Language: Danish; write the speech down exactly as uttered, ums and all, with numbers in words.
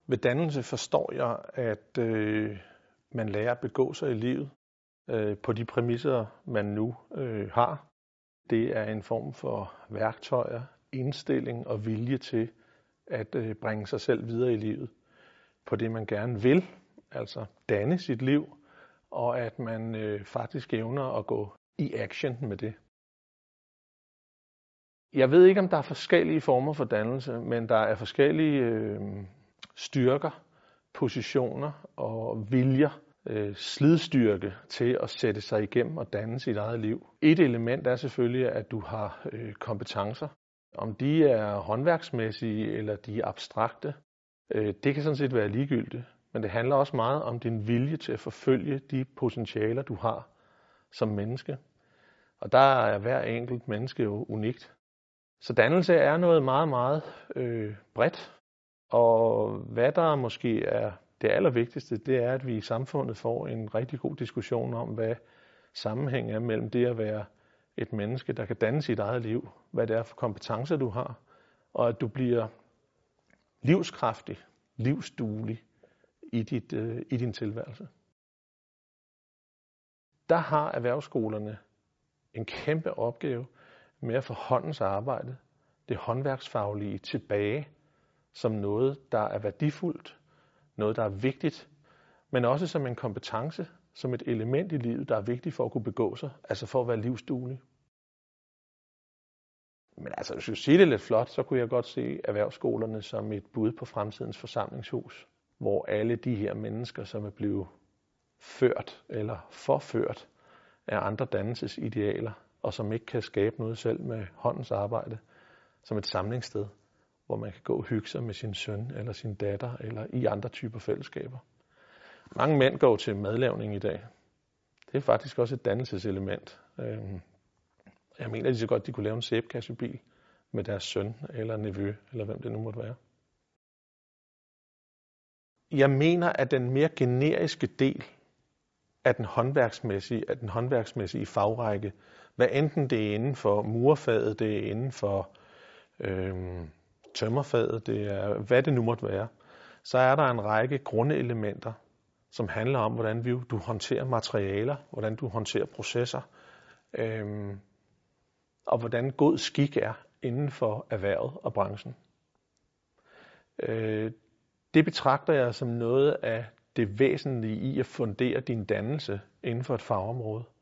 Ved dannelse forstår jeg, at øh, man lærer at begå sig i livet øh, på de præmisser, man nu øh, har. Det er en form for værktøjer, indstilling og vilje til at øh, bringe sig selv videre i livet på det, man gerne vil, altså danne sit liv, og at man øh, faktisk evner at gå i action med det. Jeg ved ikke, om der er forskellige former for dannelse, men der er forskellige øh, styrker, positioner og viljer, øh, slidstyrke til at sætte sig igennem og danne sit eget liv. Et element er selvfølgelig, at du har øh, kompetencer. Om de er håndværksmæssige eller de er abstrakte, øh, det kan sådan set være ligegyldigt. Men det handler også meget om din vilje til at forfølge de potentialer, du har som menneske. Og der er hver enkelt menneske jo unikt. Så dannelse er noget meget, meget øh, bredt. Og hvad der måske er det allervigtigste, det er, at vi i samfundet får en rigtig god diskussion om, hvad sammenhæng er mellem det at være et menneske, der kan danne sit eget liv, hvad det er for kompetencer, du har, og at du bliver livskraftig, livsduelig i, dit, øh, i din tilværelse. Der har erhvervsskolerne en kæmpe opgave med at få håndens arbejde, det håndværksfaglige, tilbage som noget, der er værdifuldt, noget, der er vigtigt, men også som en kompetence, som et element i livet, der er vigtigt for at kunne begå sig, altså for at være livsduelig. Men altså, hvis jeg sige det lidt flot, så kunne jeg godt se erhvervsskolerne som et bud på fremtidens forsamlingshus, hvor alle de her mennesker, som er blevet ført eller forført af andre dannelsesidealer, og som ikke kan skabe noget selv med håndens arbejde, som et samlingssted, hvor man kan gå og hygge sig med sin søn eller sin datter eller i andre typer fællesskaber. Mange mænd går til madlavning i dag. Det er faktisk også et dannelseselement. Jeg mener, at de så godt de kunne lave en sæbekassebil med deres søn eller nevø, eller hvem det nu måtte være. Jeg mener, at den mere generiske del af den håndværksmæssige, af den håndværksmæssige fagrække, hvad enten det er inden for murerfaget, det er inden for øhm, tømmerfaget, det er hvad det nu måtte være, så er der en række grundelementer, som handler om, hvordan vi, du håndterer materialer, hvordan du håndterer processer, øhm, og hvordan god skik er inden for erhvervet og branchen. Øh, det betragter jeg som noget af det væsentlige i at fundere din dannelse inden for et fagområde.